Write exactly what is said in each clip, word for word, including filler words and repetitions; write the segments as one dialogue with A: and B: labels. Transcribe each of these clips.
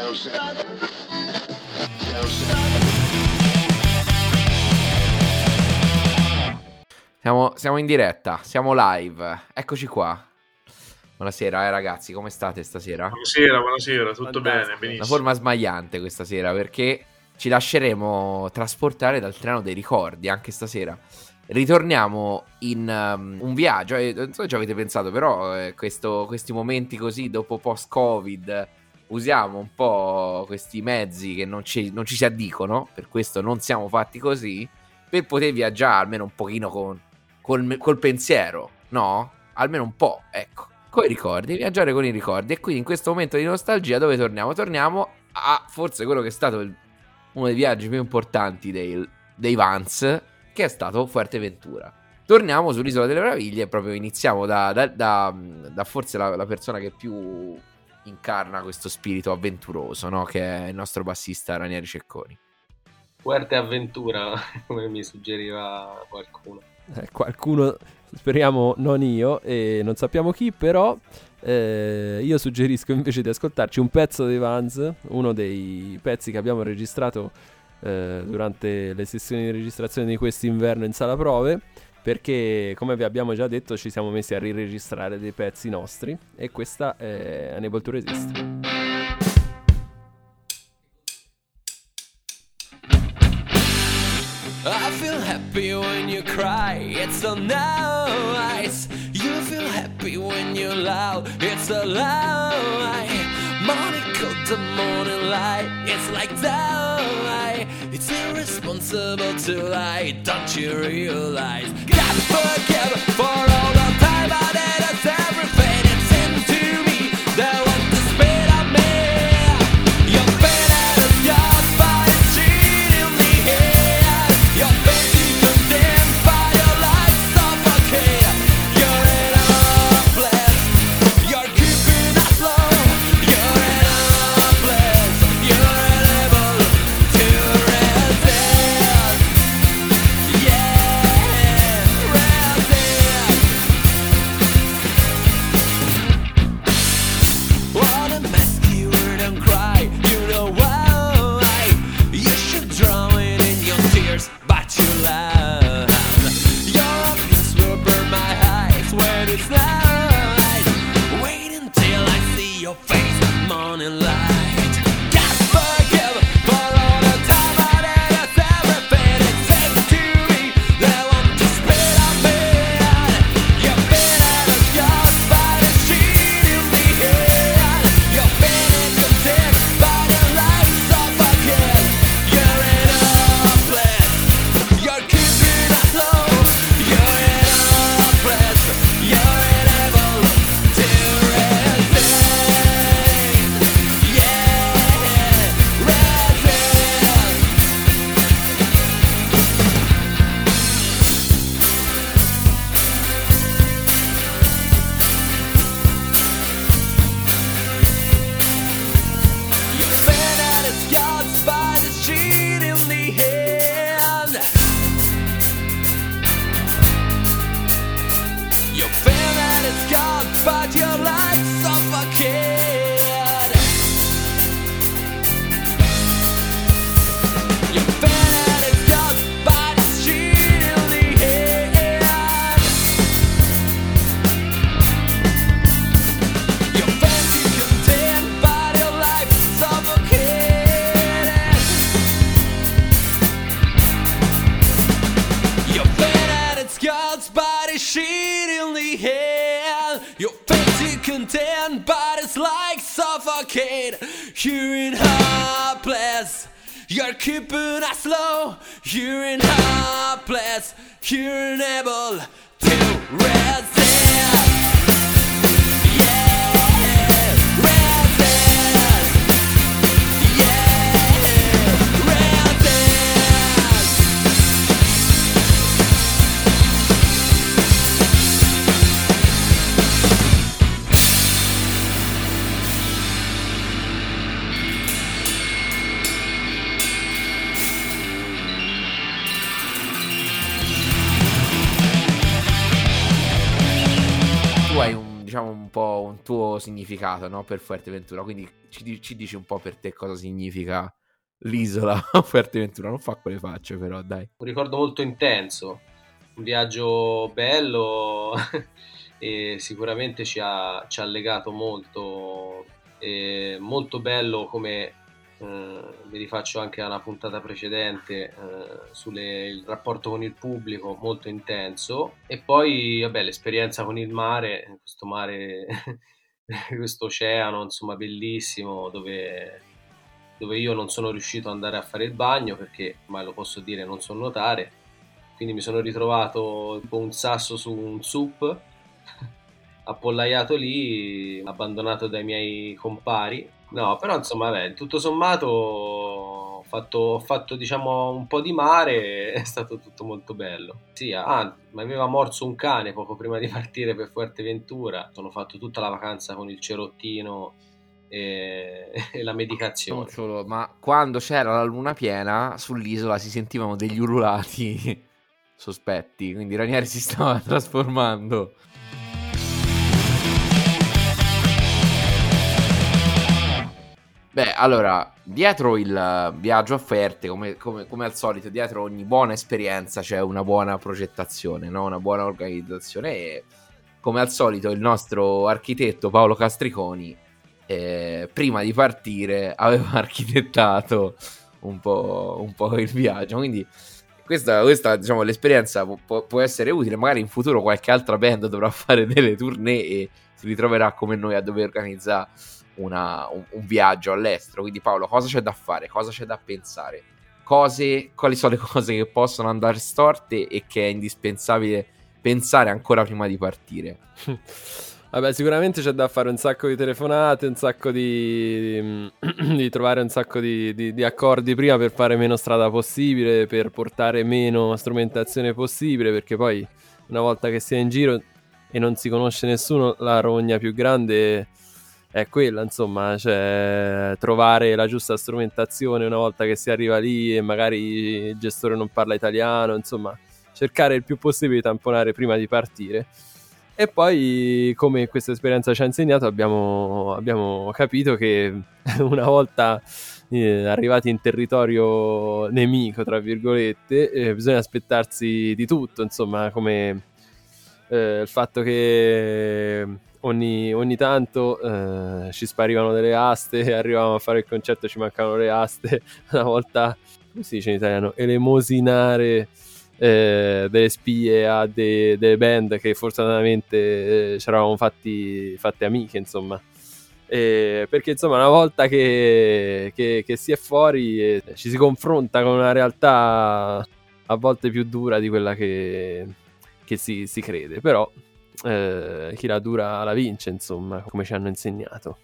A: Siamo, siamo in diretta, siamo live, eccoci qua. Buonasera eh, ragazzi, come state stasera?
B: Buonasera, buonasera, tutto
C: Fantastico.
B: bene, benissimo.
A: Una forma smagliante questa sera perché ci lasceremo trasportare dal treno dei ricordi anche stasera. Ritorniamo in um, un viaggio, eh, non so se ci avete pensato, però eh, questo, questi momenti così dopo post-Covid usiamo un po' questi mezzi che non ci, non ci si addicono, per questo non siamo fatti così, per poter viaggiare almeno un pochino con, col, col pensiero, no? Almeno un po', ecco, con i ricordi, viaggiare con i ricordi. E quindi in questo momento di nostalgia dove torniamo? Torniamo a forse quello che è stato il, uno dei viaggi più importanti dei, dei Vans, che è stato Fuerteventura. Torniamo sull'Isola delle Meraviglie e proprio iniziamo da, da, da, da forse la, la persona che più incarna questo spirito avventuroso, no? Che è il nostro bassista Ranieri Cecconi.
C: Fuerteventura, come mi suggeriva qualcuno.
D: Eh, qualcuno, speriamo non io, e non sappiamo chi, però eh, io suggerisco invece di ascoltarci un pezzo dei Vans, uno dei pezzi che abbiamo registrato eh, durante le sessioni di registrazione di quest'inverno in sala prove, perché come vi abbiamo già detto ci siamo messi a riregistrare dei pezzi nostri e questa è Unable to Resist.
E: I feel happy when you cry, it's so nice. You feel happy when you loud, it's so loud. Morning coat the morning light, it's like that. It's irresponsible to lie, don't you realize? Gotta forgive for all the time I did, it's everything it seems to me. They want to spit on me. You're better than yours, but it's cheating me here. Your baby condemned by your life suffocate. You're in a place, you're keeping us low. You're in a place, you're unable to resist. Yeah, resist. Wanna mask you, don't cry, you know why. You should drown it in your tears, but you laugh. Your kiss will burn my eyes when it's night. Wait until I see your face, morning light. Gotta forgive for all the time I did, it's everything it seems to me. They want to spit on me. You're bitter as yours, but it's cheating me here. You're feeling content, but your life suffocate. You're in a place, you're keeping us low. You're in a place, you're unable to resist. Yeah, resist. You feel that it's yours, but it's cheating in the hand. You feel that it's yours, but your life suffocated. You feel that it's yours, but it's cheating in the hand. You feel you content, but your life is suffocated. You feel that it's yours, but it's shit in the hand. You feel you content, but it's like suffocate. You're in hopeless, you're keeping us low. You're in hopeless, you're unable to resist. Yeah, resist. Yeah, resist.
A: diciamo un po' un tuo significato, no? Per Fuerteventura, quindi ci, ci dici un po' per te cosa significa l'isola Fuerteventura. Non fa quelle facce però, dai.
C: Un ricordo molto intenso, un viaggio bello e sicuramente ci ha, ci ha legato molto, e molto bello come eh, mi rifaccio anche alla puntata precedente eh, sul rapporto con il pubblico, molto intenso, e poi vabbè, l'esperienza con il mare, questo mare, questo oceano insomma bellissimo, dove, dove io non sono riuscito ad andare a fare il bagno perché, ma lo posso dire, non so nuotare, quindi mi sono ritrovato tipo un sasso su un sup appollaiato lì, abbandonato dai miei compari. No, però insomma, vabbè, tutto sommato ho fatto, ho fatto diciamo un po' di mare, è stato tutto molto bello. Sì, ah, mi aveva morso un cane poco prima di partire per Fuerteventura. Sono fatto tutta la vacanza con il cerottino e, e la medicazione.
A: Non solo, ma quando c'era la luna piena sull'isola si sentivano degli ululati sospetti, quindi Ranieri si stava trasformando. Beh, allora, dietro il viaggio a Fuerte, come, come, come al solito, dietro ogni buona esperienza c'è una buona progettazione, no? Una buona organizzazione, e come al solito il nostro architetto Paolo Castriconi eh, prima di partire aveva architettato un po', un po' il viaggio, quindi questa, questa diciamo, l'esperienza può, può essere utile. Magari in futuro qualche altra band dovrà fare delle tournée e si ritroverà come noi a dover organizzare Una, un, un viaggio all'estero. Quindi Paolo, cosa c'è da fare? Cosa c'è da pensare? Cose, quali sono le cose che possono andare storte e che è indispensabile pensare ancora prima di partire?
D: Vabbè, sicuramente c'è da fare un sacco di telefonate, un sacco di, di, di trovare un sacco di, di, di accordi prima per fare meno strada possibile, per portare meno strumentazione possibile, perché poi una volta che si è in giro e non si conosce nessuno, la rogna più grande è quella, insomma, cioè trovare la giusta strumentazione una volta che si arriva lì e magari il gestore non parla italiano, insomma, cercare il più possibile di tamponare prima di partire. E poi, come questa esperienza ci ha insegnato, abbiamo, abbiamo capito che una volta eh, arrivati in territorio nemico, tra virgolette, eh, bisogna aspettarsi di tutto, insomma, come eh, il fatto che ogni, ogni tanto eh, ci sparivano delle aste, arrivavamo a fare il concerto e ci mancavano le aste, una volta, come si dice in italiano, elemosinare Eh, delle spie a de- delle band che fortunatamente eh, ci eravamo fatti, fatti amiche, insomma, eh, perché insomma una volta che, che, che si è fuori eh, ci si confronta con una realtà a volte più dura di quella che, che si, si crede, però eh, chi la dura la vince, insomma, come ci hanno insegnato.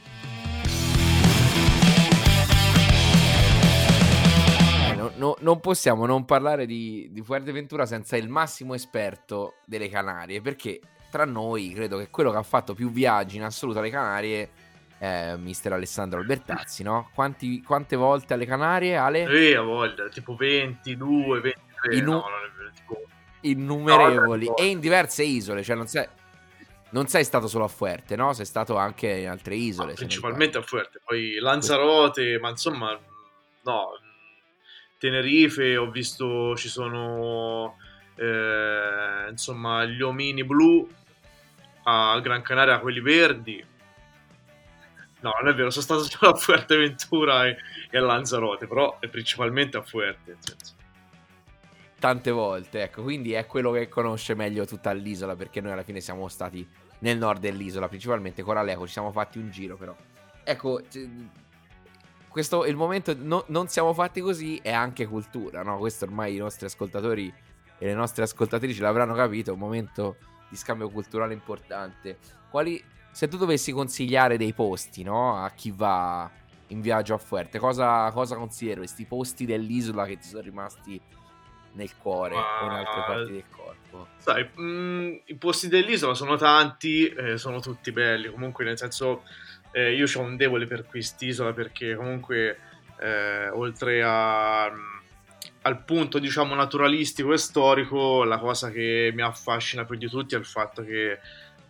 A: No, non possiamo non parlare di, di Fuerteventura senza il massimo esperto delle Canarie, perché tra noi credo che quello che ha fatto più viaggi in assoluto alle Canarie è mister Alessandro Albertazzi, no? Quanti, quante volte alle Canarie, Ale?
B: Eh, a voglia, tipo ventidue, ventitré,
A: Innu-
B: no, non è vero, tipo...
A: innumerevoli,
B: no,
A: e in diverse isole, cioè non sei, non sei stato solo a Fuerte, no? Sei stato anche in altre isole.
B: No, principalmente a Fuerte, poi Lanzarote, ma insomma, no... Tenerife, ho visto ci sono eh, insomma gli omini blu, a Gran Canaria quelli verdi. No, non è vero, sono stato solo a Fuerteventura e, e a Lanzarote, però è principalmente a Fuerte, nel senso.
A: Tante volte, ecco, quindi è quello che conosce meglio tutta l'isola, perché noi alla fine siamo stati nel nord dell'isola, principalmente con Aleco, ci siamo fatti un giro, però ecco, questo il momento, no, non siamo fatti così, è anche cultura, no? Questo ormai i nostri ascoltatori e le nostre ascoltatrici l'avranno capito, è un momento di scambio culturale importante. Quali, se tu dovessi consigliare dei posti, no? A chi va in viaggio a Fuerte, cosa, cosa consideri questi posti dell'isola che ti sono rimasti nel cuore
B: Ma...
A: o in altre parti del corpo?
B: Sai, mh, i posti dell'isola sono tanti, eh, sono tutti belli, comunque nel senso... Eh, io ho un debole per quest'isola perché comunque eh, oltre a, al punto diciamo naturalistico e storico, la cosa che mi affascina più di tutti è il fatto che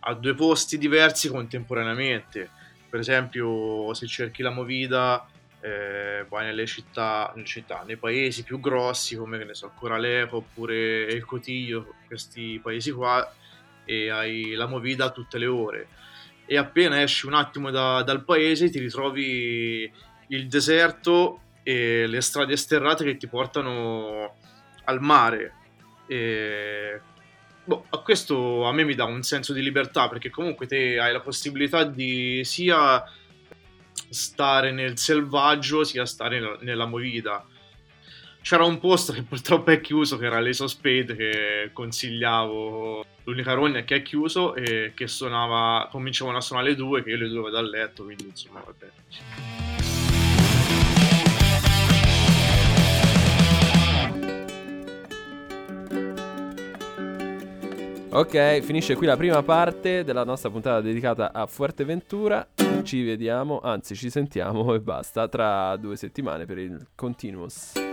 B: a due posti diversi contemporaneamente. Per esempio, se cerchi la movida, eh, vai nelle città, nelle città, nei paesi più grossi come, che ne so, Coralejo oppure El Cotillo, questi paesi qua, e hai la movida tutte le ore. E appena esci un attimo da, dal paese ti ritrovi il deserto e le strade sterrate che ti portano al mare. E boh, a questo a me mi dà un senso di libertà, perché comunque te hai la possibilità di sia stare nel selvaggio sia stare nella, nella movida. C'era un posto che purtroppo è chiuso, che era l'Ace of Spades, che consigliavo. L'unica rogna che è chiuso e che suonava, cominciavano a suonare le due, che io le due vado a letto, quindi insomma vabbè.
D: Ok, finisce qui la prima parte della nostra puntata dedicata a Fuerteventura. Ci vediamo, anzi ci sentiamo e basta, tra due settimane per il Continuous.